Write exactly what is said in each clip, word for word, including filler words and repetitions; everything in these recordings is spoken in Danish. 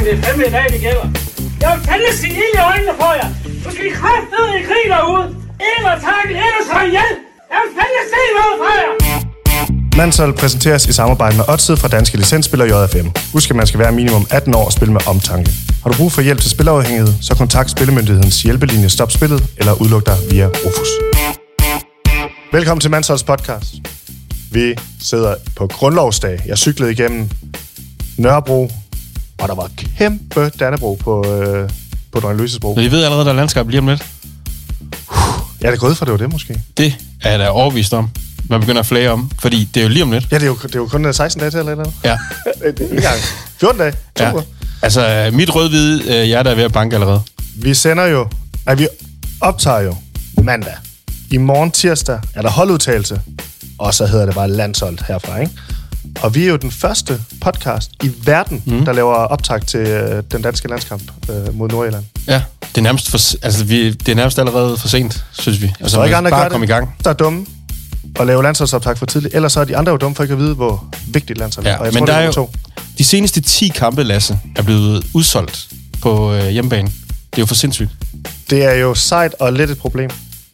det er fandme i dag, det gælder. Jeg vil fandme sige ild i øjnene på jer. Du skal I kraftedeme i krig derude. Eller takke, eller så ihjel. Jeg vil fandme se noget fra jer. Mandshold præsenteres i samarbejde med Odset fra Danske Licensspiller J F M. Husk, at man skal være minimum atten år og spille med omtanke. Har du brug for hjælp til spilafhængighed, så kontakt Spillemyndighedens hjælpelinje Stop Spillet eller udluk dig via Rufus. Velkommen til Mandsholds podcast. Vi sidder på grundlovsdag. Jeg cyklede igennem Nørrebro, og der var kæmpe Dannebrog på, øh, på Dronning Louises Bro. Så I ved allerede, der er landskab lige om lidt? Ja, det er gået for, det var det måske. Det er jeg da overbevist om. Man begynder at flage om, fordi det er jo lige om lidt. Ja, det er jo, det er jo kun seksten dage til, eller noget. Ja. det er ikke gang. fjorten dage. Ja. Altså, mit rød-hvide øh, hjerte er ved at banke allerede. Vi sender jo... Nej, vi optager jo mandag. I morgen tirsdag er der holdudtagelse, og så hedder det bare Landshold herfra, ikke? Og vi er jo den første podcast i verden, mm. der laver optag til øh, den danske landskamp øh, mod Nordjylland. Ja, det er nærmest, for, altså, vi, det er nærmest allerede for sent, synes vi. Altså, så er ikke andre, bare komme i gang. Der er dumme at lave landsholdsoptag for tidligt, ellers så er de andre jo dumme for ikke at vide, hvor vigtigt landshold er. Ja, og jeg men tror, der det er, er jo to. De seneste ti kampe, Lasse, er blevet udsolgt på øh, hjemmebane. Det er jo for sindssygt. Det er jo sejt og lidt et problem.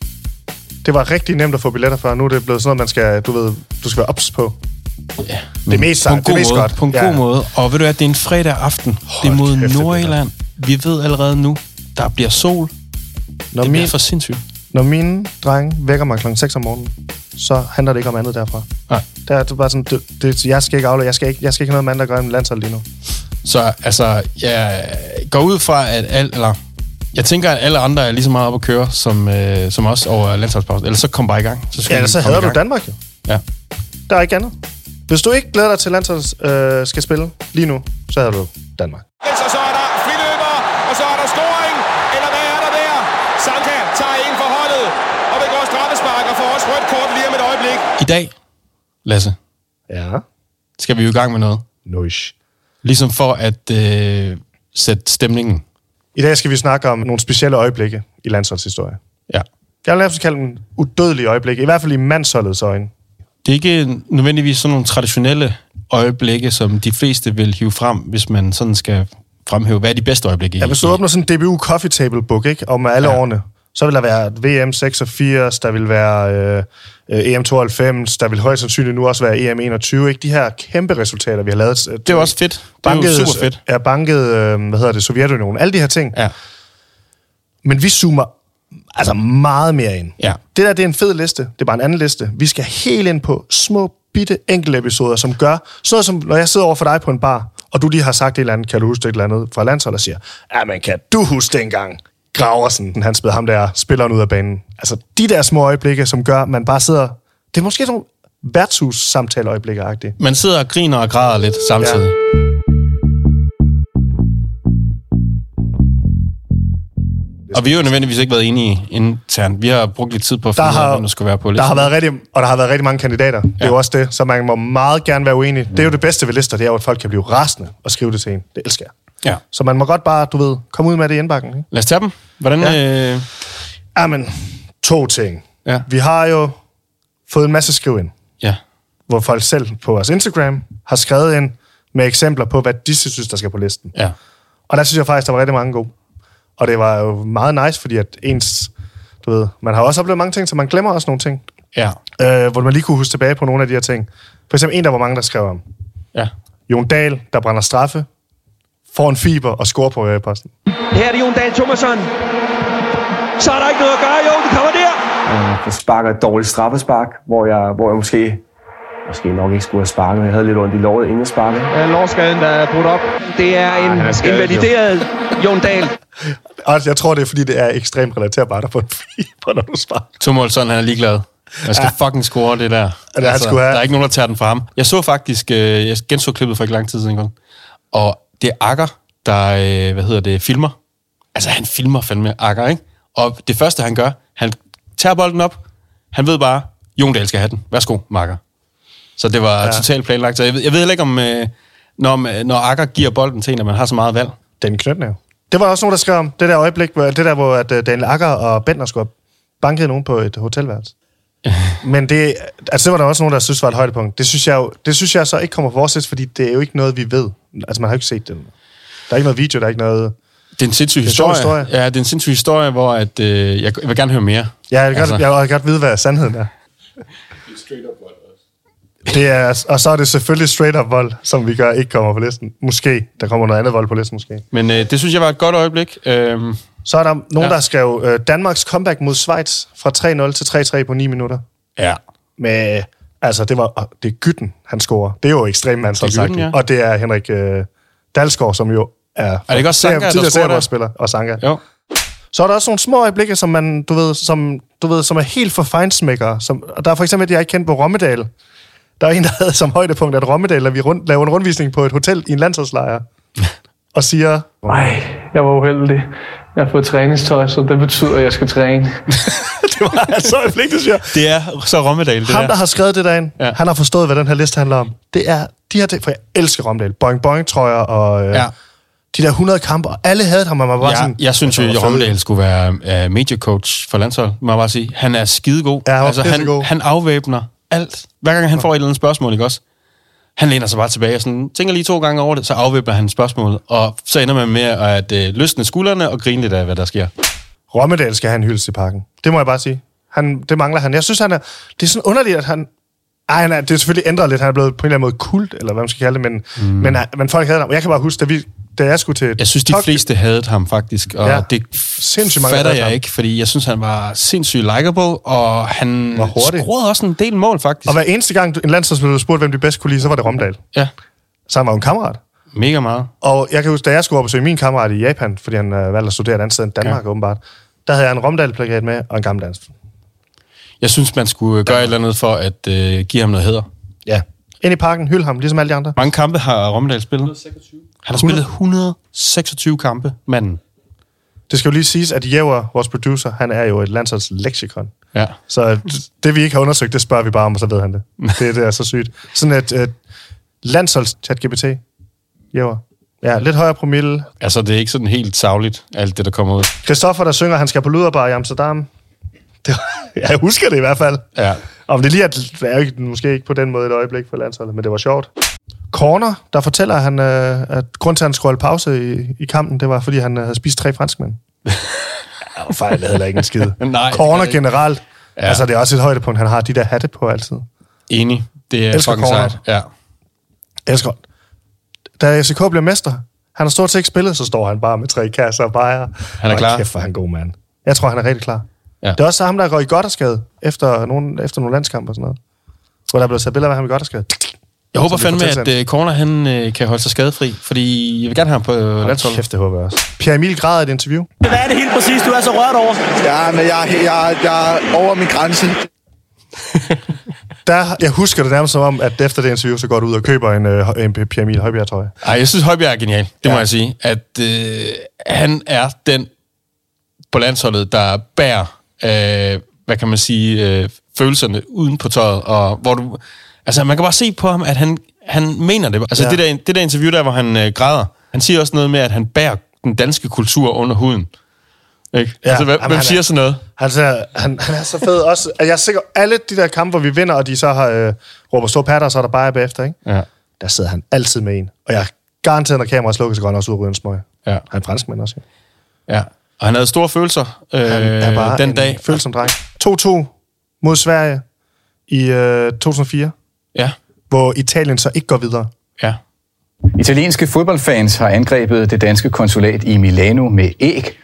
Det var rigtig nemt at få billetter for, nu er det blevet sådan noget, man skal, du ved, du skal være ops på. Ja, det er mest sejt, det er mest måde, godt. På en ja. god måde. Og ved du at det er en fredag aften. Hold det er mod kæft, Nordjylland. Vi ved allerede nu, der bliver sol. Når det min, bliver for sindssygt. Når mine drenge vækker mig klokken seks om morgenen, så handler det ikke om andet derfra. Nej. Der er det bare sådan, det, det, jeg skal ikke aflade, jeg skal ikke, jeg skal ikke have noget med andet at gøre end landshold lige nu. Så altså, jeg går ud fra, at al, eller jeg tænker, at alle andre er lige så meget op at køre, som, øh, som os over landsholdspausen. Ellers så kom bare i gang. Så ja, så hader du Danmark jo. Ja. Der er ikke andet. Hvis du ikke glæder dig til, at landsholdet øh, skal spille lige nu, så hader du Danmark. Så, så er der friløber, og så er der scoring. Eller hvad er der der? Sanka tager en for holdet, og begår straffespark og får også rødt kort lige om et øjeblik. I dag, Lasse, ja. skal vi jo i gang med noget. Noish. Ligesom for at øh, sætte stemningen. I dag skal vi snakke om nogle specielle øjeblikke i landsholdshistorie. Ja. Jeg vil nærmest kalde dem udødelige øjeblikke, i hvert fald i mandsholdets øjne. Det er ikke nødvendigvis sådan nogle traditionelle øjeblikke, som de fleste vil hive frem, hvis man sådan skal fremhæve, hvad er de bedste øjeblikke i. Ja, hvis du åbner sådan en D B U Coffee Table Book, ikke, om alle ja. årene, så vil der være V M seksogfirs, der vil være øh, E M tooghalvfems, der vil højst sandsynligt nu også være E M enogtyve, ikke? De her kæmpe resultater, vi har lavet. Det er også fedt. Det banket, er jo super fedt. Er banket, øh, hvad hedder det, Sovjetunionen, alle de her ting. Ja. Men vi zoomer altså meget mere ind. Ja. Det der, det er en fed liste. Det er bare en anden liste. Vi skal helt ind på små, bitte enkelte episoder, som gør sådan noget som, når jeg sidder over for dig på en bar, og du lige har sagt et eller andet, kan du huske et eller andet fra landshold, og siger, ja, men kan du huske dengang Graversen, han spiller ham der, spilleren ud af banen. Altså, de der små øjeblikke, som gør, man bare sidder, det er måske nogle værtshus-samtale-øjeblikke-agtige. Man sidder og griner og græder lidt samtidig. Ja. Og vi har jo nødvendigvis ikke været enige internt. Vi har brugt lidt tid på at finde ud af, hvem der skulle være på listen. Der har været rigtig, og der har været rigtig mange kandidater. Ja. Det er jo også det, så man må meget gerne være uenig. Det er jo det bedste ved lister, det er jo, at folk kan blive rasende og skrive det til en. Det elsker jeg. Ja. Så man må godt bare, du ved, komme ud med det i indbakken. Ikke? Lad os tage dem. Hvordan? Ja. Øh... Jamen, to ting. Ja. Vi har jo fået en masse skriv ind. Ja. Hvor folk selv på vores Instagram har skrevet ind med eksempler på, hvad de synes, der skal på listen. Ja. Og der synes jeg faktisk, der var rigtig mange gode. Og det var jo meget nice, fordi at ens, du ved, man har også oplevet mange ting, så man glemmer også nogle ting. Ja. Øh, hvor man lige kunne huske tilbage på nogle af de her ting. For eksempel en, der var mange, der skrev om. Ja. Jon Dahl, der brænder straffe, får en fiber og scorer på øh, posten. Her er det Jon Dahl Thomasson. Så er der ikke noget at gøre, jo, de kommer der. Jeg sparker et dårligt straffespark, hvor jeg, hvor jeg måske, måske nok ikke skulle have sparket. Jeg havde lidt ondt i låret inden jeg sparkede. Ja, lårskaden, der er brudt op. Det er en ja, er invalideret Jon Dahl. Og jeg tror, det er, fordi det er ekstremt relaterbart at få en fiber, når du sparker. Tomålsson, han er ligeglad. Jeg skal ja. fucking score det der. Det, altså, have... Der er ikke nogen, der tager den fra ham. Jeg så faktisk, øh, jeg genså klippet for ikke lang tid siden, og det er Akker, der, øh, hvad hedder det, filmer. Altså, han filmer fandme Akker, ikke? Og det første, han gør, han tager bolden op, han ved bare, Jon Dahl skal have den. Værsgo, Makker. Så det var ja. totalt planlagt. Så jeg ved, jeg ved heller ikke, om øh, når, når Akker giver bolden til en, at man har så meget valg. Den knytnæve. Det var også nogen, der skrev om det der øjeblik, hvor, det der, hvor at, uh, Daniel Akker og Bentner skulle banke nogen på et hotelværelse. Men det, altså det var der også nogen, der synes var et højdepunkt. Det synes jeg jo, det synes jeg så ikke kommer for vores, fordi det er jo ikke noget, vi ved. Altså man har jo ikke set det. er ikke noget video, der er ikke noget... Det er en sindssyg det er historie. historie. Ja, det er en sindssyg historie, hvor at, øh, jeg, jeg vil gerne høre mere. Ja, jeg vil, altså. godt, jeg vil godt vide, hvad sandheden er. Det er, og så er det selvfølgelig straight up vold, som vi gør ikke kommer på listen. Måske. Der kommer noget andet vold på listen, måske. Men øh, det synes jeg var et godt øjeblik. Øhm, så er der nogen, ja. der skrev øh, Danmarks comeback mod Schweiz fra tre nul til tre tre på ni minutter. Ja. Med, altså, det var det er Gytten, han scorer. Det er jo ekstremt mandsholdsagtigt. Ja. Og det er Henrik øh, Dalsgaard, som jo er... Er det ikke også Sanka, der scorer der? Spiller, og Sanka. Jo. Så er der også nogle små øjeblikke, som man, du ved, som, du ved, som er helt for feinsmækkere. Som, der er for eksempel, at jeg ikke kendt på Rommedal. Der er en, der havde som højdepunkt, at Rommedal, at vi rund, laver en rundvisning på et hotel i en landsholdslejr. Og siger... Nej, jeg var uheldig. Jeg har fået træningstøj, så det betyder, at jeg skal træne. Det var altså et flik, du siger. Det er så Rommedal, det Ham, der. der har skrevet det derind, ja. Han har forstået, hvad den her liste handler om. Det er de her... For jeg elsker Rommedal. Boing Boing trøjer og... Øh, ja. De der hundrede kampe, og alle havde ham, og man var ja, sådan... Jeg synes jo, at Rommedal skulle være uh, major coach for landshold, må jeg bare sige. Han er skidegod. Ja, han, altså, han, han afvæbner alt. Hver gang han får et eller andet spørgsmål, ikke også? Han læner sig bare tilbage og sådan, tænker lige to gange over det, så afvæbner han spørgsmålet, og så ender man med at uh, løsne skuldrene og grine lidt af, hvad der sker. Rommedal skal have en hyldest i parken. Det må jeg bare sige. Han, det mangler han. Jeg synes, han er... Det er sådan underligt, at han... Ej, han er, det er selvfølgelig ændret lidt. Han er blevet på en eller anden måde kult, eller hvad man skal kalde det, men, mm. men, men folk havde ham. Jeg kan bare huske, da, vi, da jeg skulle til... Jeg synes, de Tok- fleste havde ham faktisk, og ja, det fatter jeg ham. ikke, fordi jeg synes, han var sindssygt likeable, og han scorede også en del mål, faktisk. Og hver eneste gang en landsholdsspiller spurgte, hvem de bedst kunne lide, så var det Rommedal. Ja. Så han var jo en kammerat. Mega meget. Og jeg kan huske, da jeg skulle op og besøge min kammerat i Japan, fordi han øh, valgte at studere et andet sted end Danmark, ja. åbenbart, der havde jeg en Rommedal-plakat med, og en gammel dansk. Jeg synes, man skulle gøre et eller andet for at øh, give ham noget hæder. Ja. Ind i parken, hylde ham, ligesom alle de andre. Mange kampe har Rommedal spillet? et hundrede og seksogtyve. Han har spillet et hundrede og seksogtyve kampe, manden. Det skal jo lige siges, at Jæver, vores producer, han er jo et landsholdsleksikon. Ja. Så det, vi ikke har undersøgt, det spørger vi bare om, og så ved han det. Det, det er så sygt. Sådan et, et landsholds-chat-G P T. Jæver. Ja, lidt højere promille. Altså, det er ikke sådan helt sagligt, alt det, der kommer ud. Christoffer, der synger, han skal på luderbar i Amsterdam. Det, jeg husker det i hvert fald. Ja. Om det lige er, er jo måske ikke på den måde et øjeblik for landsholdet, men det var sjovt. Corner, der fortæller han, at grund til, at han skulle holde pause i, i kampen, det var, fordi han havde spist tre franskmænd. Ja, fejl, det heller ikke en skid. Nej, Corner generelt. Ja. Altså, det er også et højdepunkt. Han har de der hatte på altid. Enig. Det er elsker fucking sejt. Ja. Elsker. Da F C K bliver mester, han har stort set ikke spillet, så står han bare med tre kasser og bajer. Han er klar. Kæft, for han god mand. Jeg tror, han er rigtig klar. Ja. Det er også ham, der går i Godderskade efter nogle, efter nogle landskampe og sådan noget. Hvor der er blevet sat billeder af ham i Godderskade. Jeg håber fandme, at uh, Corner han, uh, kan holde sig skadefri, fordi jeg vil gerne have ham på uh, landsholdet. Kæft, det håber jeg også. Pierre Emil græder i et interview. Hvad er det helt præcis, du er så rørt over? Ja, men jeg, jeg, jeg er over min grænse. Der, jeg husker det nærmest som om, at efter det interview, så går du ud og køber en, uh, en Pierre Emil Højbjerg-trøje. Ej, jeg synes, Højbjerg er genial. Det ja. må jeg sige. At uh, han er den på landsholdet, der bærer, uh, hvad kan man sige, uh, følelserne uden på tøjet, og hvor du... Altså, man kan bare se på ham, at han, han mener det. Altså, ja. det, der, det der interview der, hvor han øh, græder, han siger også noget med, at han bærer den danske kultur under huden. Ikke? Ja, altså, hvem, hvem siger sådan noget? Altså, han, han er så fed også. Jeg er sikker, alle de der kampe, hvor vi vinder, og de så har øh, råber stå patter, så er der bare bagefter, ikke? Ja. Der sidder han altid med en. Og jeg garanterer, når kameraet slukker, så går han også ud og ryger en smøg. Ja. Han er en franskmand også. Ja. Og han havde store følelser øh, han er bare den en dag. Følsom dreng. to to mod Sverige i øh, to tusind og fire. Ja. Hvor Italien så ikke går videre. Ja. Italienske fodboldfans har angrebet det danske konsulat i Milano med æg.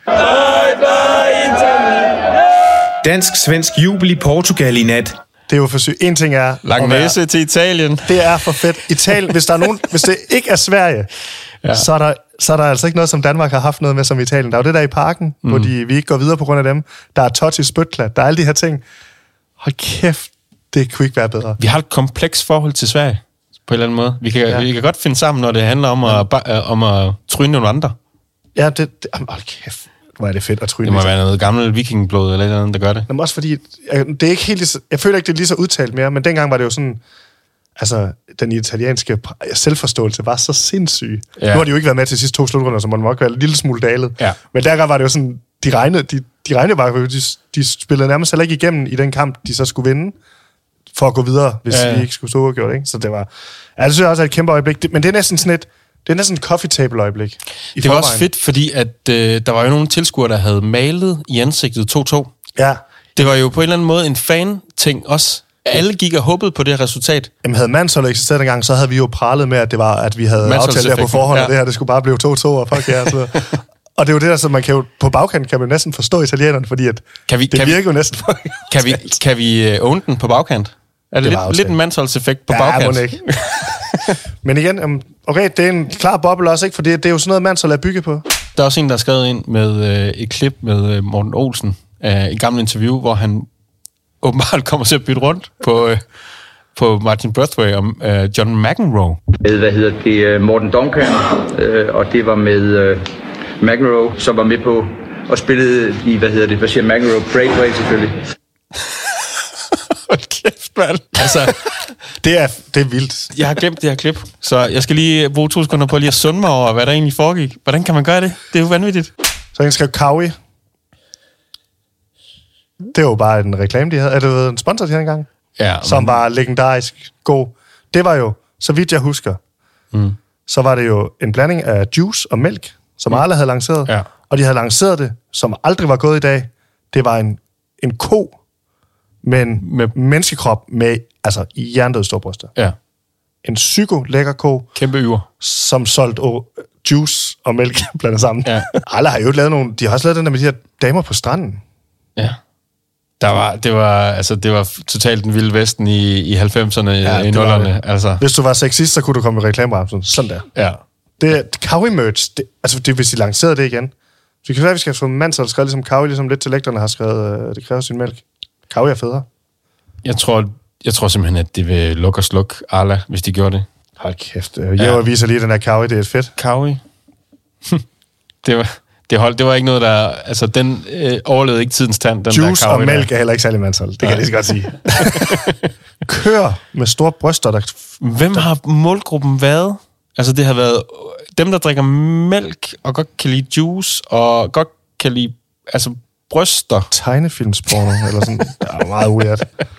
Dansk-svensk jubel i Portugal i nat. Det er jo for sygt. En ting er... Lang næse til Italien. Det er for fedt. Italien, hvis der er nogen, hvis det ikke er Sverige, ja. så, er der, så er der altså ikke noget, som Danmark har haft noget med som Italien. Der er jo det der i parken, mm. hvor de, vi ikke går videre på grund af dem. Der er Totti spytklat. Der er alle de her ting. Hold kæft, det kunne ikke være bedre. Vi har et kompleks forhold til Sverige, på en eller anden måde. Vi kan, ja. vi kan godt finde sammen, når det handler om at, ja. om at tryne nogle andre. Ja, det... det hold kæft. Hvor er det fedt at tryne. Det må være noget gammelt vikingblod eller noget, der gør det. Jamen også fordi, jeg, det er ikke helt lige, jeg føler ikke, det er lige så udtalt mere, men dengang var det jo sådan, altså, den italienske selvforståelse var så sindssyg. Ja. Nu har de jo ikke været med til de sidste to slutrunder, så man må nok være en lille smule dalet. Ja. Men dengang var det jo sådan, de regnede, de, de regnede bare, de, de spillede nærmest heller ikke igennem i den kamp, de så skulle vinde, for at gå videre, hvis ja, ja. de ikke skulle stå uafgjort, ikke? Så det var, ja, det synes jeg også er et kæmpe øjeblik. Men det er næsten sådan et, Det er næsten et coffee table øjeblik. Det var også fedt, fordi at øh, der var jo nogle tilskuere, der havde malet i ansigtet to to. Ja. Det var jo på en eller anden måde en fan-ting også. Alle gik og håbede på det resultat. Jamen havde Mansol eksisteret dengang, så havde vi jo pralet med, at det var, at vi havde aftalt det på forhånd, ja. Og det her, det skulle bare blive to to og fuck ja, så. Og det er jo det der, så man kan jo, på bagkanten kan man næsten forstå italienerne, fordi at kan vi, det kan virker vi, jo næsten for kan vi, kan vi uh, own den på bagkant? Er det, det lidt, lidt en Mansols-effekt på ja, bagkant? Ja, ikke. Men igen, okay, det er en klar boble også, ikke? For det, det er jo sådan noget, Mansol er bygget på. Der er også en, der har skrevet ind med øh, et klip med øh, Morten Olsen, øh, et gammelt interview, hvor han åbenbart kommer til at bytte rundt på, øh, på Martin Brathwaite og øh, John McEnroe. Med, hvad hedder det, Morten Duncan, øh, og det var med øh, McEnroe, som var med på og spillede i, hvad hedder det, hvad siger McEnroe? Braithwaite selvfølgelig. Hold kæft, mand. Altså, det er, det er vildt. Jeg har glemt det her klip, så jeg skal lige bruge to sekunder på lige at sunde mig over, hvad der egentlig foregik. Hvordan kan man gøre det? Det er jo vanvittigt. Så jeg skrev Kawi. Det var jo bare en reklame, de havde. Er det en sponsor, de havde engang? Ja. Som var legendarisk god. Det var jo, så vidt jeg husker, mm. så var det jo en blanding af juice og mælk, som mm. Arla havde lanceret. Ja. Og de havde lanceret det, som aldrig var gået i dag. Det var en, en ko, men med menneskekrop med altså jerndøde storbryster. Ja. En psyko-lækker ko. Kæmpe yver. Som solgte oh, juice og mælk blandet sammen. Ja. Arla har jo lavet nogle, de har også lavet den der med de her damer på stranden. Ja. Der var, det var, altså, det var totalt den vilde vesten i, i halvfemserne, ja, i nullerne. Altså. Hvis du var sexist, så kunne du komme i reklamebremsen. Sådan der. Ja. Det Kawi merch, det, altså det, hvis de lancerede det igen. Så det kan være, at vi skal have fået Mansol skrevet ligesom Kawi, ligesom lidt til lægterne har skrevet, øh, det kræver sin mælk. Kawi er federe. Jeg tror, jeg tror simpelthen, at det vil lukke og slukke Arla, hvis de gjorde det. Hold kæft. Jeg ja. viser lige den her Kawi, det er fedt. Kawi. det var... Det, hold, det var ikke noget, der... Altså, den øh, overlevede ikke tidens tand, den juice der og mælk der. Er heller ikke særlig Mansol. Det kan jeg lige så godt sige. Kør med store bryster, der... Hvem har målgruppen været? Altså, det har været dem, der drikker mælk, og godt kan lide juice, og godt kan lide... Altså, bryster. Tegnefilmsporno, eller sådan. Det er meget weird.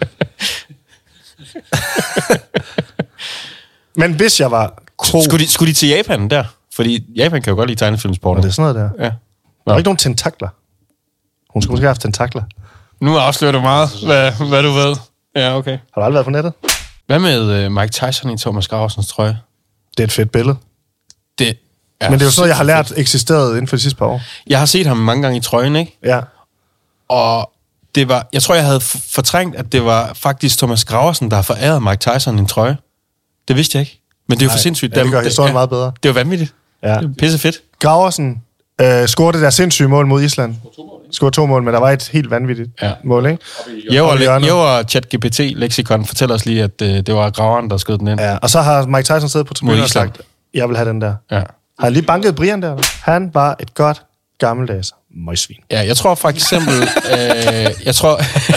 Men hvis jeg var... Ko... Skulle, de, skulle de til Japan der? Fordi Japan kan jo godt lide tegnefilmsporno. Det er sådan noget der. Ja. Der er ikke nogen tentakler. Hun skulle måske have haft tentakler. Nu afslører du meget, hvad, hvad du ved. Ja, okay. Har du aldrig været på nettet? Hvad med uh, Mike Tyson i Thomas Graversens trøje? Det er et fedt billede. Det er Men det er jo sådan noget, jeg har lært fedt. Eksisteret inden for de sidste par år. Jeg har set ham mange gange i trøjen, ikke? Ja. Og det var... Jeg tror, jeg havde fortrængt, at det var faktisk Thomas Graversen, der har foræret Mike Tyson en trøje. Det vidste jeg ikke. Men det er jo for sindssygt. Ja, det gør historien ja, meget bedre. Det er jo vanvittigt. Ja. Det er pisse fedt. Graversen øh, scorede det der sindssyge mål mod Island. Scorede to mål, men der var et helt vanvittigt ja. mål, ikke? Jo, og ChatGPT-leksikon fortæller os lige, at øh, det var Graveren, der skød den ind. Ja, og så har Mike Tyson siddet på tribunen og sagt, jeg vil have den der. Ja. Har han lige banket Brian der? Han var et godt gammeldags møgsvin. Ja, jeg tror for eksempel... øh, jeg tror...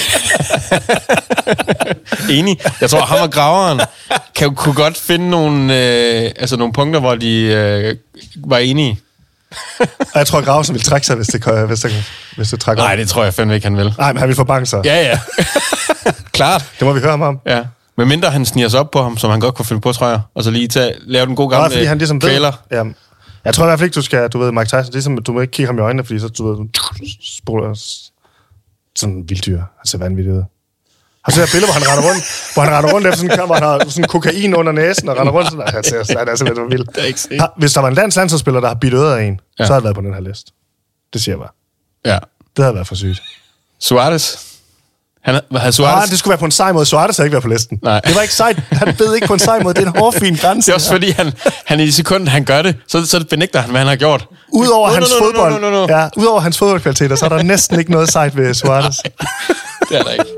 Enig. Jeg tror, ham og Graveren kan, kunne godt finde nogle, øh, altså nogle punkter, hvor de øh, var enige. Og jeg tror, at Graversen vil trække sig, hvis det, hvis det, hvis det trækker. Nej, det tror jeg fandme ikke, han vil. Nej, men han vil forbanke sig. Ja, ja. Klart. Det må vi høre ham om. Ja. Men mindre han sniger sig op på ham, som han godt kunne finde på, tror jeg. Og så lige tage, lave den gode gamle fordi han ligesom trailer. Ja. Jeg tror i hvert fald ikke, du skal, du ved, Mike Tyson, det er som, du må ikke kigge ham i øjnene, fordi så, du ved, spoler sådan en vilddyr. Han ser vanvittigt ud. Har du set et billede, hvor han render rundt, hvor han render rundt efter sådan en kamp, hvor han har sådan kokain under næsen og render rundt sådan, han ser, han er simpelthen vild. Det er ikke set. Hvis der var en dansk landsholdsspiller, der har bidt øret af en, ja. så havde det været på den her liste. Det siger jeg bare. Ja. Det havde været for sygt. Suarez. Han havde Suarez. Ah, det skulle være på en sej måde. Suarez havde ikke været på listen. Nej. Det var ikke sejt. Han bed ikke på en sej måde. Det er en hårfin grænse. Det er også fordi, han, han i sekund, han gør det, så, så benægter han, hvad han har gjort. Udover hans no, no, fodbold. No, no, no, no. Ja, udover hans fodboldkvaliteter, så er der næsten ikke noget sejt ved Suarez. Det er der ikke.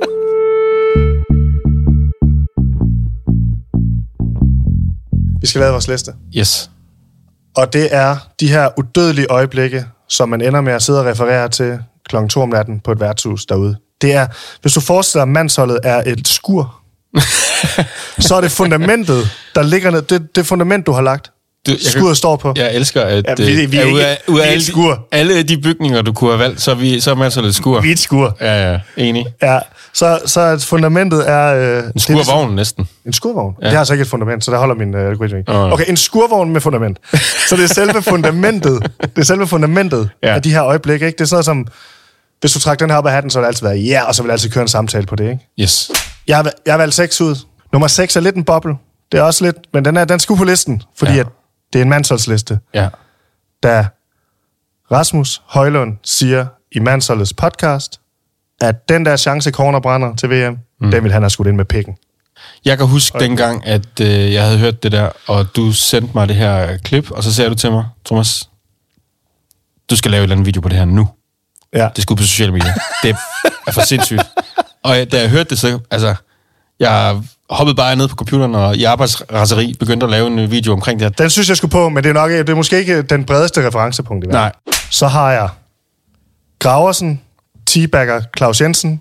Vi skal lave vores liste. Yes. Og det er de her udødelige øjeblikke, som man ender med at sidde og referere til klokken to om natten på et værtshus derude. Det er, hvis du forestiller dig, at mandsholdet er et skur, så er det fundamentet, der ligger ned, det, det fundament, du har lagt, Du, jeg skuret kan, står på. Jeg elsker, at ja, vi, vi er ud af, ud af alle, skur. alle de bygninger, du kunne have valgt, så er, vi, så er man så lidt skur. Vi er et skur. Ja, ja, enig. Ja, så, så fundamentet er... Øh, en skurvogn næsten. En skurvogn? Ja. Det har altså ikke et fundament, så der holder min øh, algoritme. Oh, okay, en skurvogn med fundament. Så det er selve fundamentet, det er selve fundamentet ja. af de her øjeblikke, ikke? Det er sådan noget som... Hvis du trækker den her op af hatten, så vil det altid være ja, yeah, og så vil det altid køre en samtale på det, ikke? Yes. Jeg har, jeg har valgt seks ud. Nummer seks er lidt en boble. Det er også lidt... Men den er den skulle på listen, fordi ja. at det er en mandsholdsliste. Ja. Da Rasmus Højlund siger i Mandsholdets podcast, at den der chance cornerbrænder til V M, mm. den vil han have skudt ind med pikken. Jeg kan huske okay. dengang, at øh, jeg havde hørt det der, og du sendte mig det her klip, og så sagde du til mig, Thomas, du skal lave et eller andet video på det her nu. Ja. Det skulle på sociale medier. Det er for sindssygt. Og da jeg hørte det, så... Altså, jeg hoppede bare ned på computeren, og i arbejdsraseri begyndte at lave en video omkring det her. Den synes jeg skulle på, men det er, nok, det er måske ikke den bredeste referencepunkt i verden. Nej. Så har jeg Graversen, teabagger Claus Jensen,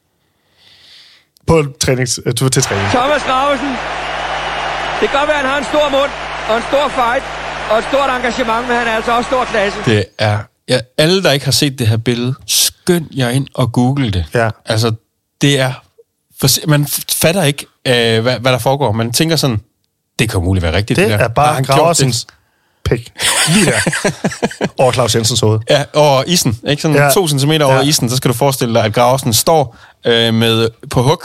på trænings, uh, til træning. Thomas Graversen. Det kan godt være, at han har en stor mund, og en stor fight, og et stort engagement, men han er altså også stor klasse. Det er... Ja, alle, der ikke har set det her billede, skynd jer ind og google det. Ja. Altså, det er... For, man fatter ikke, øh, hvad, hvad der foregår. Man tænker sådan, det kan muligt være rigtigt. Det, det er bare Graversens pik. Lige der. Over Claus Jensens hoved. Ja, over isen. Ikke? Sådan ja. to centimeter over ja. isen, så skal du forestille dig, at Graversen står øh, med, på hug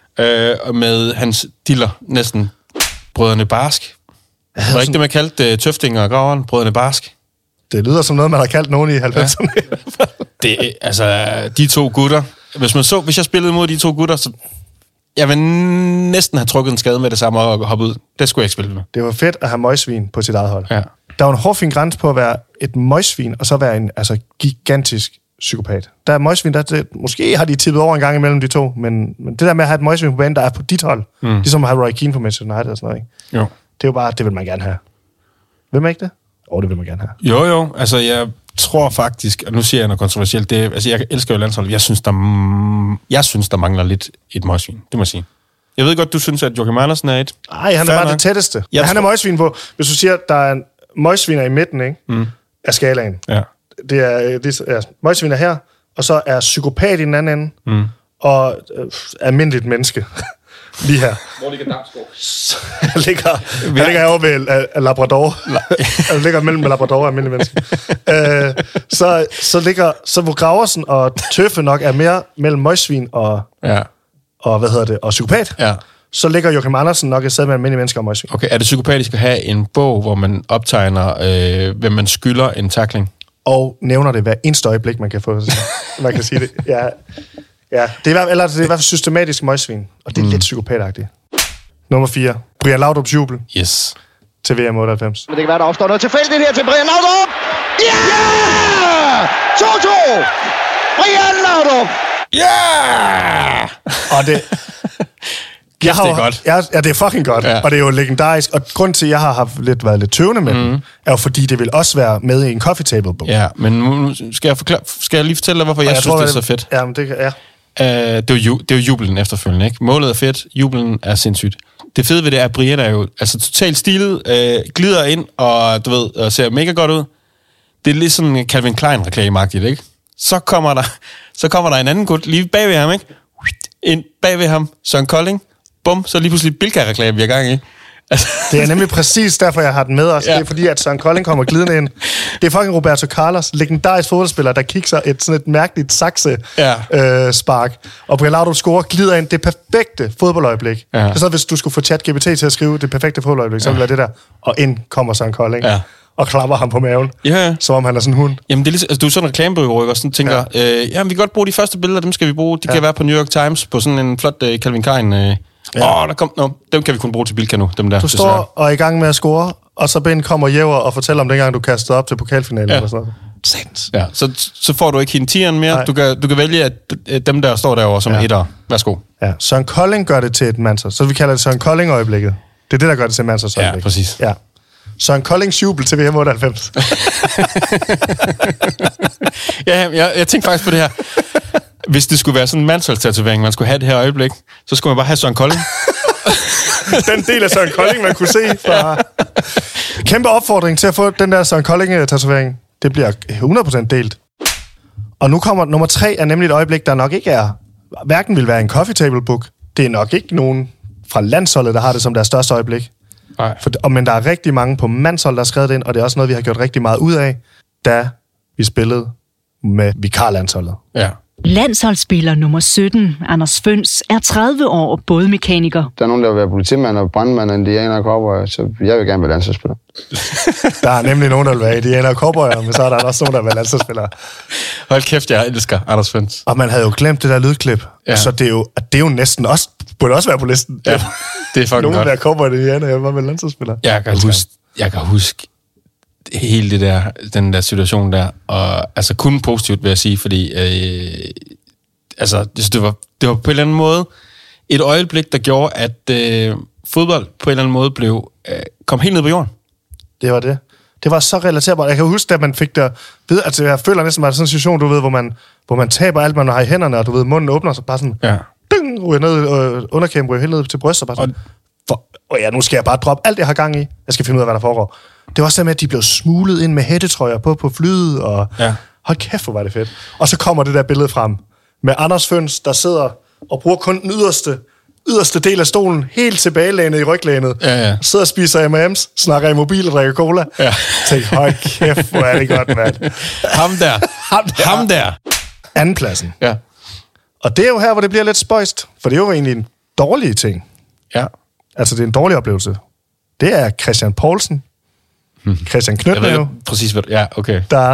øh, med hans diller, næsten Brødrene Barsk. Var sådan... ikke det, man kaldte uh, Tøfting og Graveren? Brødrene Barsk? Det lyder som noget, man har kaldt nogen i halvfemserne. Ja. Det, altså, de to gutter. Hvis man så, hvis jeg spillede mod de to gutter, så jeg vil næsten have trukket en skade med det samme og hoppet ud. Det skulle jeg ikke spille med. Det var fedt at have møgsvin på sit eget hold. Ja. Der var en hårfin grænse på at være et møgsvin, og så være en altså, gigantisk psykopat. Der er møgsvin, der det, måske har de tippet over en gang imellem de to, men, men det der med at have et møgsvin på banen, der er på dit hold, mm. ligesom at have Roy Keane på Manchester United og sådan noget, ikke? Jo. Det er jo bare, det vil man gerne have. Vil man ikke det? Åh, oh, det vil man gerne have. Jo, jo. Altså, jeg tror faktisk, og nu siger jeg noget kontroversielt, det, altså, jeg elsker jo landsholdet. Jeg synes, der, jeg synes, der mangler lidt et møgsvin. Det må jeg sige. Jeg ved godt, du synes, at Joachim Andersen er et... Nej, han er bare nok det tætteste. Ja, han er møgsvin på... Hvis du siger, at der er en møgsviner i midten, ikke? Mm. Af skalaen. Ja. Det er, det er møgsviner her, og så er psykopat i den anden ende, mm. og øh, almindeligt menneske. Lige her. Hvor ligger Damsgaard? Han ligger, han ligger herovre ved uh, Labrador. Han ligger mellem Labrador og almindelige mennesker. uh, så, så ligger... Så hvor Graversen og Tøffe nok er mere mellem møgsvin og... Ja. Og hvad hedder det? Og psykopat. Ja. Så ligger Joachim Andersen nok et sted med almindelige mennesker og møgsvin. Okay, er det psykopatisk at have en bog, hvor man optegner, øh, hvem man skylder en tackling? Og nævner det hver eneste øjeblik, man kan få. Man kan sige det. Ja. Ja, det er, eller det er i hvert fald systematisk møgsvin, og det er mm. lidt psykopatagtigt. Nummer fire. Brian Laudrups jubel. Yes. Til V M otteoghalvfems. Men det kan være, der opstår noget tilfældigt her til Brian Laudrup. Ja! Yeah! to to! Brian Laudrup! Ja! Yeah! Og det... Jeg har, det er godt. Jeg, ja, det er fucking godt, ja. Og det er jo legendarisk. Og grund til, at jeg har haft lidt, været lidt tøvende med mm. den, er jo fordi, det vil også være med i en coffee table bog. Ja, men nu skal jeg, forklare, skal jeg lige fortælle dig, hvorfor jeg, jeg synes, tror, det er så fedt? Ja, men det, ja. Uh, det, er jo, det er jo jubelen efterfølgende, ikke? Målet er fedt, jubelen er sindssygt. Det fede ved det er, at Brian er jo altså, totalt stilet, øh, glider ind, og du ved, og ser mega godt ud. Det er lidt sådan en Calvin Klein-reklameagtigt, ikke? Så kommer der, så kommer der en anden gut lige bagved ham, ikke? Ind bagved ham, Søren Kolding. Bum, så lige pludselig Bilka-reklame, vi er gang i. Altså. Det er nemlig præcis derfor, jeg har den med os. Ja. Det er fordi, at Søren Kolding kommer glidende ind. Det er fucking Roberto Carlos, legendarisk fodboldspiller, der kigger et sådan et mærkeligt sakse-spark. Ja. Øh, spark. Og Brian Laudrup scorer, glider ind. Det perfekte fodboldøjeblik. Ja. Det er sådan, hvis du skulle få ChatGPT til at skrive det perfekte fodboldøjeblik, så ville det der. Og ind kommer Søren Kolding. Ja. Og klapper ham på maven, ja, ja. Som om han er sådan en hund. Jamen, det er, ligesom, altså, du er sådan en reklamebureau, og sådan tænker, ja. øh, jamen, vi kan godt bruge de første billeder, dem skal vi bruge. De ja. kan være på New York Times, på sådan en flot uh, Calvin Klein... Uh, Åh, ja. oh, der kom... No, dem kan vi kun bruge til Bilka nu, dem der. Du står desværre. Og er i gang med at score, og så Ben kommer Jæver og fortæller om dengang, du kastede op til pokalfinalen. Ja. Eller sådan noget. Sands. Ja, så, så får du ikke hende tieren mere. Du kan, du kan vælge, at dem der står derovre som ja. etter. Værsgo. Ja, Søren Kolding gør det til et mandshold. Så vi kalder det Søren Kolding-øjeblikket. Det er det, der gør det til et mandsholdsøjeblik. Ja, præcis. Ja. Søren Koldings jubel til V M otteoghalvfems. ja, jeg, jeg tænkte faktisk på det her. Hvis det skulle være sådan en mandsholdstatovering, man skulle have det her øjeblik, så skulle man bare have Søren Kolding. Den del af Søren Kolding, man kunne se fra... Kæmpe opfordring til at få den der Søren Kolding-tatovering. Det bliver hundrede procent delt. Og nu kommer nummer tre, er nemlig et øjeblik, der nok ikke er, hverken vil være en coffee table book. Det er nok ikke nogen fra landsholdet, der har det som deres største øjeblik. Nej. For, men der er rigtig mange på mandshold, der har skrevet det ind, og det er også noget, vi har gjort rigtig meget ud af, da vi spillede med vikarlandsholdet. Ja. Landsholdsspiller nummer sytten, Anders Føns, er tredive år og bådmekaniker. Der er nogen, der vil være politimand og brandmand og indianer og cowboyer, så jeg vil gerne være landsholdsspiller. Der er nemlig nogen, der vil være indianer og cowboyer, men så er der også nogen, der vil være landsholdsspillere. Hold kæft, jeg elsker Anders Føns. Og man havde jo glemt det der lydklip, ja. Så det er, jo, det er jo næsten også, burde også være på listen. Ja, det er fucking nogen, godt. Nogen, der er cowboyer og indianer, jeg vil bare være landsholdsspiller. Jeg kan huske, jeg kan huske hele det der, den der situation der, og altså kun positivt vil jeg sige, fordi øh, altså, det var, det var på en eller anden måde et øjeblik, der gjorde, at øh, fodbold på en eller anden måde blev, øh, kom helt ned på jorden. Det var det. Det var så relaterbart. Jeg kan huske, at man fik der ved, altså jeg føler næsten, at det er sådan en situation, du ved, hvor man, hvor man taber alt, man har i hænderne, og du ved, munden åbner sig bare sådan, ja. Ding, ryger ned, øh, underkæben ryger helt ned til brystet, bare sådan, for, og ja, nu skal jeg bare droppe alt, jeg har gang i. Jeg skal finde ud af, hvad der foregår. Det var også med, at de blev smuglet ind med hættetrøjer på på flyet, og ja. Hold kæft, hvor var det fedt. Og så kommer det der billede frem med Anders Føns, der sidder og bruger kun den yderste, yderste del af stolen, helt tilbagelænet i ryglænet. Ja, ja. Sidder og spiser M and M's, snakker i mobil og drikker cola. Ja. Tænk, hold kæft, hvor er det godt, mand. Ham der. Ham der. Ham der. Andenpladsen. Ja. Og det er jo her, hvor det bliver lidt spøjst, for det er jo egentlig en dårlig ting. Ja. Altså, det er en dårlig oplevelse. Det er Christian Poulsen, hmm. Christian Knytnæve, præcis, hvad ja, okay. der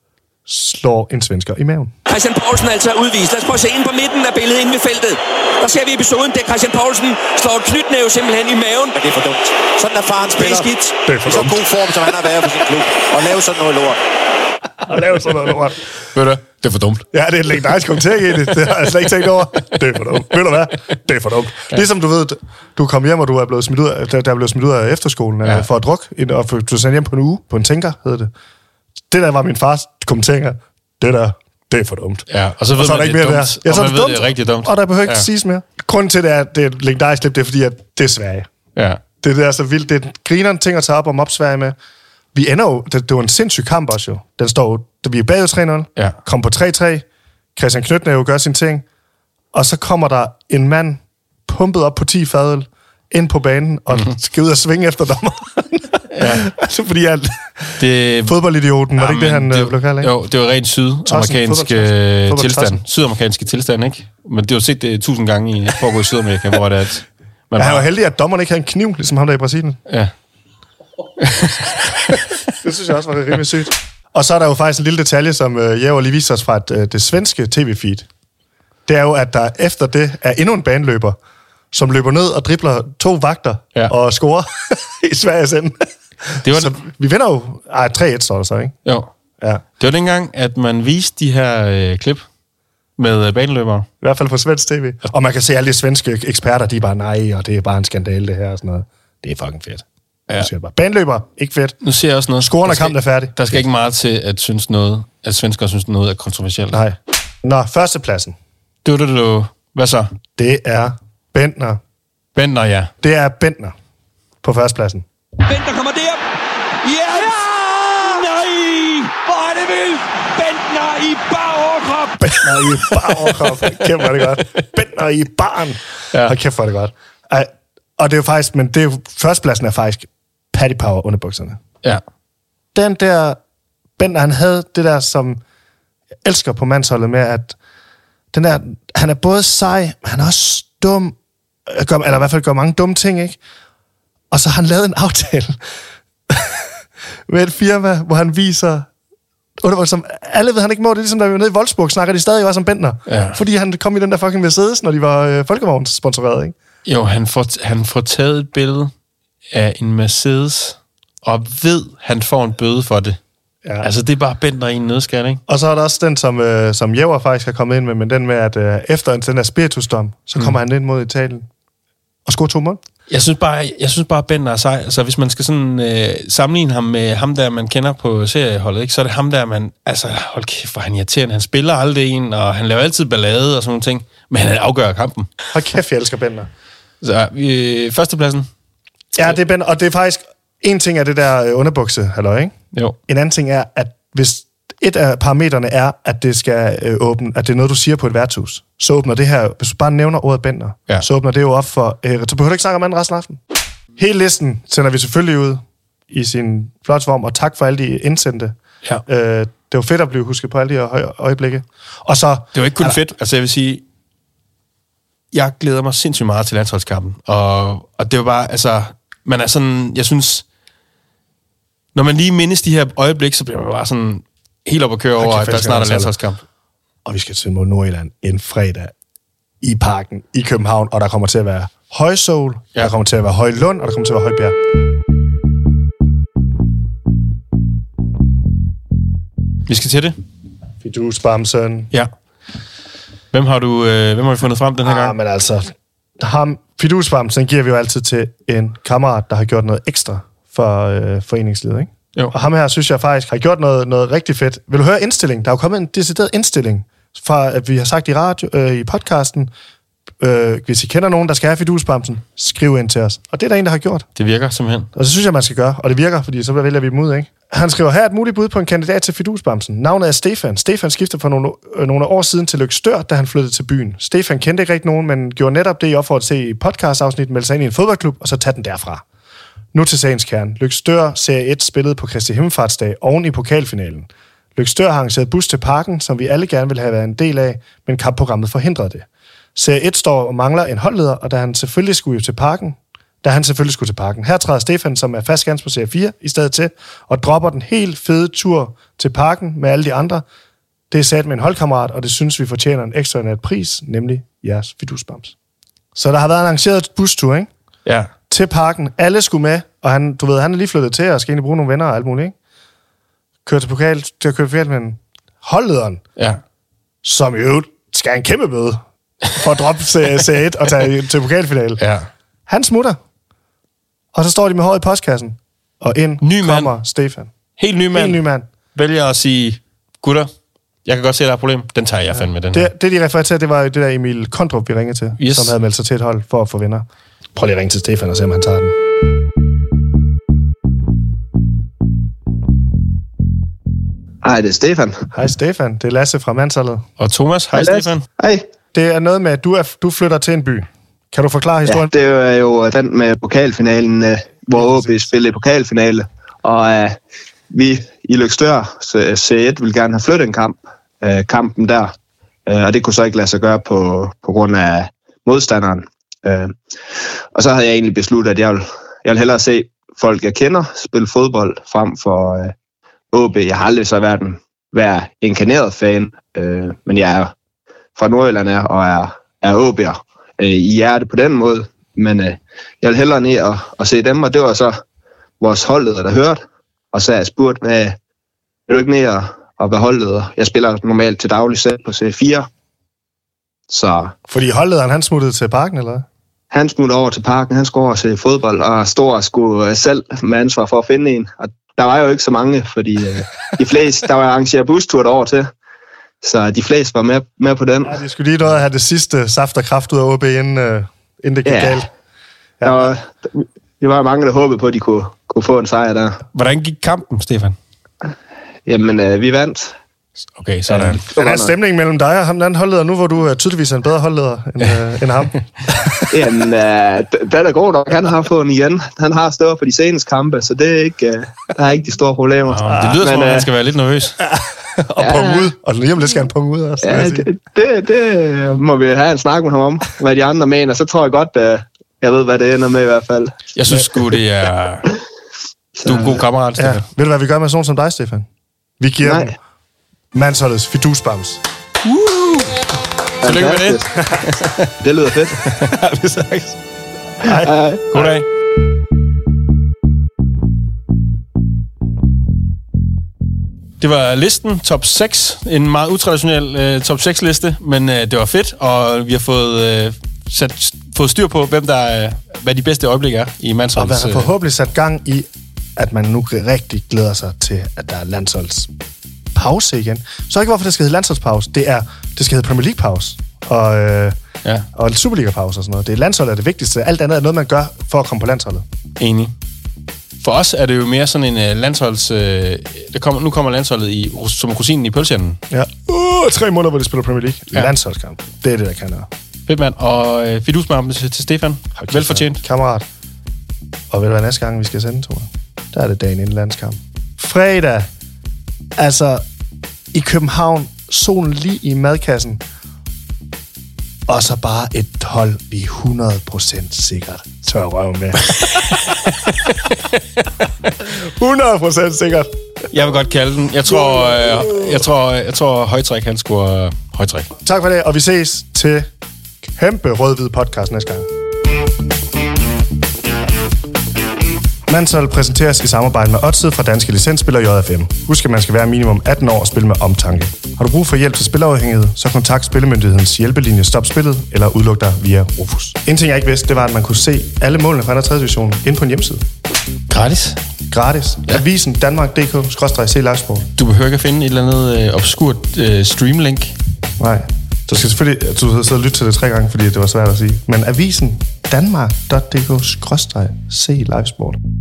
slår en svensker i maven. Christian Poulsen altså er udvist. Lad os prøve at se ind på midten af billedet inde ved feltet. Der ser vi episoden, da Christian Poulsen slår et knytnæve simpelthen i maven. Men det er for dumt. Sådan er faren spiller. Det er skidt. Det er for dumt. I så god form, som han har været på sin klub. Og lave sådan noget lort. Og lave sådan noget lort. Ved du, det er for dumt. Ja, det er en legendarisk kommentering i det. Det har jeg slet ikke tænkt over. Det er for dumt. Ved du hvad? Det er for dumt. Ja. Ligesom du ved, du kom hjem, og du er blevet smidt ud af, der er blevet smidt ud af efterskolen ja. For at drukke, og du er sendt hjem på en uge, på en tænker, hedder det. Det der var min fars kommenteringer. Det der, det er for dumt. Ja, og så ved og så man, det er dumt, der. Ja, så og man det ved, dumt, det er rigtig dumt. Og der behøver ikke ja. Siges mere. Grunden til det er, at det er et legendarisk klip, det er fordi, at det er Sverige. Ja. Det er så vildt. Det er grineren ting at tage op og mobbe Sverige med. Vi ender jo, det, det var en sindssyg kamp også jo. Den står jo, vi er bagud tre nul, ja. Kom på tre tre, Christian Knytnæve gør sin ting, og så kommer der en mand pumpet op på ti fadøl ind på banen, og mm-hmm. skal ud og svinge efter dommeren. Ja. Altså fordi han... Det... Fodboldidioten, var det ja, ikke det, han det, blev kaldt, ikke? Jo, det var rent sydamerikansk øh, tilstand. Sydamerikanske tilstand, ikke? Men det var set det tusind gange i foregået i Sydamerika, hvor det er, at... Man ja, han var heldig, at dommeren ikke havde en kniv, ligesom ham der i Brasilien. Ja. Det synes jeg også var rimelig sygt. Og så er der jo faktisk en lille detalje, som øh, Jæver lige viser os fra et, øh, det svenske tv-feed. Det er jo, at der efter det er endnu en baneløber, som løber ned og dribler to vagter ja. Og scorer i Sveriges ende. Det var så vi vinder jo... Ej, tre et står der så, ikke? Jo. Ja. Det var dengang, at man viste de her øh, klip med øh, baneløbere. I hvert fald på svensk tv. Og man kan se alle de svenske eksperter, de er bare nej, og det er bare en skandale, det her og sådan noget. Det er fucking fedt. Ja. Bare, baneløber, ikke fedt. Nu ser jeg også noget. Scoren af kampen er færdig. Der skal ikke meget til at synes noget, at svenskere synes noget er kontroversielt. Nej. Nå, førstepladsen. Du, du, du. Hvad så? Det er Bentner. Bentner, ja. Det er Bentner på førstepladsen. Bentner kommer der. Ja! Nej! Hvor er det vildt! Bentner i bar overkrop! Bentner i bar overkrop. Kæft, hvor er det godt. Bentner i baren. Ja. Og kæft, hvor er det godt. Ej, og det er jo faktisk, men det er jo, førstepladsen er faktisk Paddy Power underbukserne. Ja. Den der, Bentner, han havde det der, som jeg elsker på mandsholdet med, at den der, han er både sej, men han er også dum, eller i hvert fald gør mange dumme ting, ikke? Og så har han lavet en aftale med et firma, hvor han viser, som alle ved, han ikke må, det er ligesom, da vi var nede i Wolfsburg, snakker de stadig også om Bentner. Ja. Fordi han kom i den der fucking Mercedes, når de var øh, folkevognssponsoreret, ikke? Jo, han får, han får taget et billede af en Mercedes, og ved, han får en bøde for det. Ja. Altså, det er bare Bentner i en nødskal, ikke? Og så er der også den, som, øh, som Jæver faktisk har kommet ind med, men den med, at øh, efter en den der spiritusdom, så kommer mm. han ind mod Italien og scorer to mål. Jeg synes bare, jeg synes bare, Bentner er sej. Altså, hvis man skal sådan øh, sammenligne ham med ham der, man kender på serieholdet, ikke, så er det ham der, man... Altså, hold kæft, hvor han irriterende. Han spiller aldrig en, og han laver altid ballade og sådan nogle ting, men han afgør kampen. Hold kæft, jeg elsker Bentner. Så, øh, førstepladsen? Ja, det er Bentner, og det er faktisk... En ting er det der underbukse, halløj, ikke? Jo. En anden ting er, at hvis et af parametrene er, at det skal øh, åbne, at det er noget, du siger på et værtshus, så åbner det her, hvis du bare nævner ordet Bender, ja. så åbner det jo op for, øh, så behøver du ikke snakke om anden resten af aftenen. Hele listen sender vi selvfølgelig ud i sin flot form, og tak for alle de indsendte. Ja. Øh, det var fedt at blive husket på alle de her øjeblikke. Og så... Det var ikke kun der... fedt, altså jeg vil sige, jeg glæder mig sindssygt meget til landsholdskampen, og, og det var bare, altså, man er sådan, jeg synes, når man lige mindes de her øjeblik, så bliver man bare sådan helt op at køre over, at der snart er landsholdskamp. Og vi skal til mod Nordjylland en fredag i Parken i København, og der kommer til at være højsol, ja. der kommer til at være højlund, og der kommer til at være højbjerg. Vi skal til det. Fidus Bamsen. Ja. Hvem har du øh, hvem har vi fundet frem den her ah, gang? men altså, ham, Fidus Bamsen giver vi jo altid til en kammerat, der har gjort noget ekstra for øh, foreningslivet, ikke? Jo. Og ham her, synes jeg faktisk, har gjort noget, noget rigtig fedt. Vil du høre indstilling? Der er jo kommet en decideret indstilling fra, at vi har sagt i radio, øh, i podcasten, øh, hvis I kender nogen, der skal have fidusbamsen, skriv ind til os. Og det er der en, der har gjort. Det virker simpelthen. Og så synes jeg, man skal gøre. Og det virker, fordi så vælger vi dem ud, ikke? Han skriver, her er et muligt bud på en kandidat til fidusbamsen. Navnet er Stefan. Stefan skiftede for nogle, øh, nogle år siden til Løgstør, da han flyttede til byen. Stefan kendte ikke rigtig nogen, men gjorde netop det, I opfordrede til i podcast-afsnit, meldte sig ind i en fodboldklub, og så tage den derfra. Nu til sagens kerne. Løgstør Serie et spillede på Kristi Himmelfartsdag oven i pokalfinalen. Løgstør har arrangeret bus til Parken, som vi alle gerne vil have været en del af, men kampprogrammet forhindrede det. Serie et står og mangler en holdleder, og da han selvfølgelig skulle til Parken, da han selvfølgelig skulle til Parken. Her træder Stefan, som er fast gans på Serie fire, i stedet til, og dropper den helt fede tur til Parken med alle de andre. Det er sat med en holdkammerat, og det synes vi fortjener en ekstraordinær pris, nemlig jeres fidusbams. Så der har været arrangeret bustur, ikke? Ja. Til Parken. Alle skulle med, og han, du ved, han er lige flyttet til, og skal egentlig bruge nogle venner og alt muligt, ikke? Kører til pokal, til at køre pokal med holdlederen, ja. som jo skal have en kæmpe bøde for at droppe Serie et og tage til pokalfinale. Ja. Han smutter. Og så står de med håret i postkassen, og ind ny kommer mand. Stefan. Helt ny mand. Helt ny mand. Vælger at sige, gutter, jeg kan godt se, at der er et problem. Den tager jeg ja. fandme, den det, her. Det, de refererer til, det var jo det der Emil Kondrup, vi ringede til, yes. som havde meldt sig til et hold for at få venner. Prøv lige at ringe til Stefan og se, om han tager den. Hej, det er Stefan. Hej Stefan, det er Lasse fra Mandsholdet. Og Thomas, hej Stefan. Hej. Det er noget med, at du, er, du flytter til en by. Kan du forklare historien? Ja, det er jo den med pokalfinalen, hvor O B spillede pokalfinale. Og uh, vi i Løgstør, Serie et, ville gerne have flyttet en kamp. Uh, kampen der. Uh, og det kunne så ikke lade sig gøre på, på grund af modstanderen. Uh, og så havde jeg egentlig besluttet, at jeg vil, jeg vil hellere se folk, jeg kender, spille fodbold frem for uh, O B. Jeg har aldrig så været en være inkarneret fan, uh, men jeg er fra Nordjylland er, og er, er O B'er uh, i hjerte på den måde. Men uh, jeg vil hellere ned og, og se dem, og det var så vores holdleder, der hørte. Og så har jeg spurgt, hvad er du ikke ned og, og være holdleder? Jeg spiller normalt til daglig selv på Serie fire. Så... Fordi holdlederen, han smuttede til Parken, eller hvad? Han smuttede over til Parken, han skulle over se fodbold, og stod og skulle selv med ansvar for at finde en. Og der var jo ikke så mange, fordi uh, de fleste, der var arrangeret bustur derover til. Så de fleste var med, med på den. Ja, de skulle lige have det sidste saft og kraft ud af O B, inden, uh, inden det gik ja. galt. Ja. Der var, det var mange, der håbede på, at de kunne, kunne få en sejr der. Hvordan gik kampen, Stefan? Jamen, øh, vi vandt. Okay, sådan. Ja, hvordan er stemningen mellem dig og ham, den anden holdleder, nu hvor du uh, tydeligvis er en bedre holdleder end, uh, end ham? Jamen, øh, den er god nok. Han har fået den igen. Han har stået på de seneste kampe, så det er ikke, uh, der er ikke de store problemer. Ja, det lyder som om, han skal være lidt nervøs. og ja. punge ud. Og lige om lidt skal han punge ud også. Ja, det, det, det må vi have en snak med ham om, hvad de andre mener. Så tror jeg godt, uh, jeg ved, hvad det ender med i hvert fald. Jeg synes sgu, det er... Du er en god kammerat, Stefan. Ja. Ved du, hvad vi gør med sådan som dig, Stefan? Vi giver Nej. dem Mandsholdets fidusbams. Uh! Tillykke med det. Det lyder fedt. Vi ses. Hej. Hej. Goddag. Det var listen, top seks. En meget utraditionel uh, top seks liste, men uh, det var fedt, og vi har fået, uh, sat, fået styr på, hvem der, uh, hvad de bedste øjeblik er i Mandsholdets. Og man har forhåbentlig sat gang i, at man nu rigtig glæder sig til, at der er landsholds pause igen. Så ikke hvorfor det skal hedde landsholdspause. Det er det skal hedde Premier League pause og øh, ja. og Superliga pause og sådan noget. Det er landsholdet er det vigtigste. Alt andet er noget man gør for at komme på landsholdet. Enig. For os er det jo mere sådan en uh, landsholds... Uh, det kommer, nu kommer landsholdet i, som rosinen i pølsehjenden. Ja. Uh, tre måneder, hvor de spiller Premier League. Ja. Landsholdskamp. Det er det, der kan jeg. Fedt, mand. Og uh, fidusmærken til, til Stefan. Velfortjent. Kammerat. Og ved du hvad næste gang, vi skal sende, Tore? Der er det dagen inden landskamp. Fredag. Altså, i København. Solen lige i madkassen. Og så bare et hold, vi hundrede procent sikkert tør røve med. hundrede procent sikkert. Jeg vil godt kalde den. Jeg tror, øh, jeg tror, jeg tror højtræk, han scorer øh, højtræk. Tak for det, og vi ses til kæmpe rød-hvid podcast næste gang. Mansol præsenteres i samarbejde med Odset fra Danske Licensspillere J F M. Husk, at man skal være minimum atten år og spille med omtanke. Har du brug for hjælp til spilafhængighed, så kontakt Spillemyndighedens hjælpelinje Stop Spillet eller udluk dig via Rufus. En ting, jeg ikke vidste, det var, at man kunne se alle målene fra anden og tredje division inde på en hjemmeside. Gratis? Gratis. Ja. Avisen Danmark punktum d k skråstreg c livesport. Du behøver ikke at finde et eller andet øh, obskurt øh, streamlink. Nej. Du skal selvfølgelig du sidde og lytte til det tre gange, fordi det var svært at sige. Men avisen Danmark punktum d k skråstreg c livesport.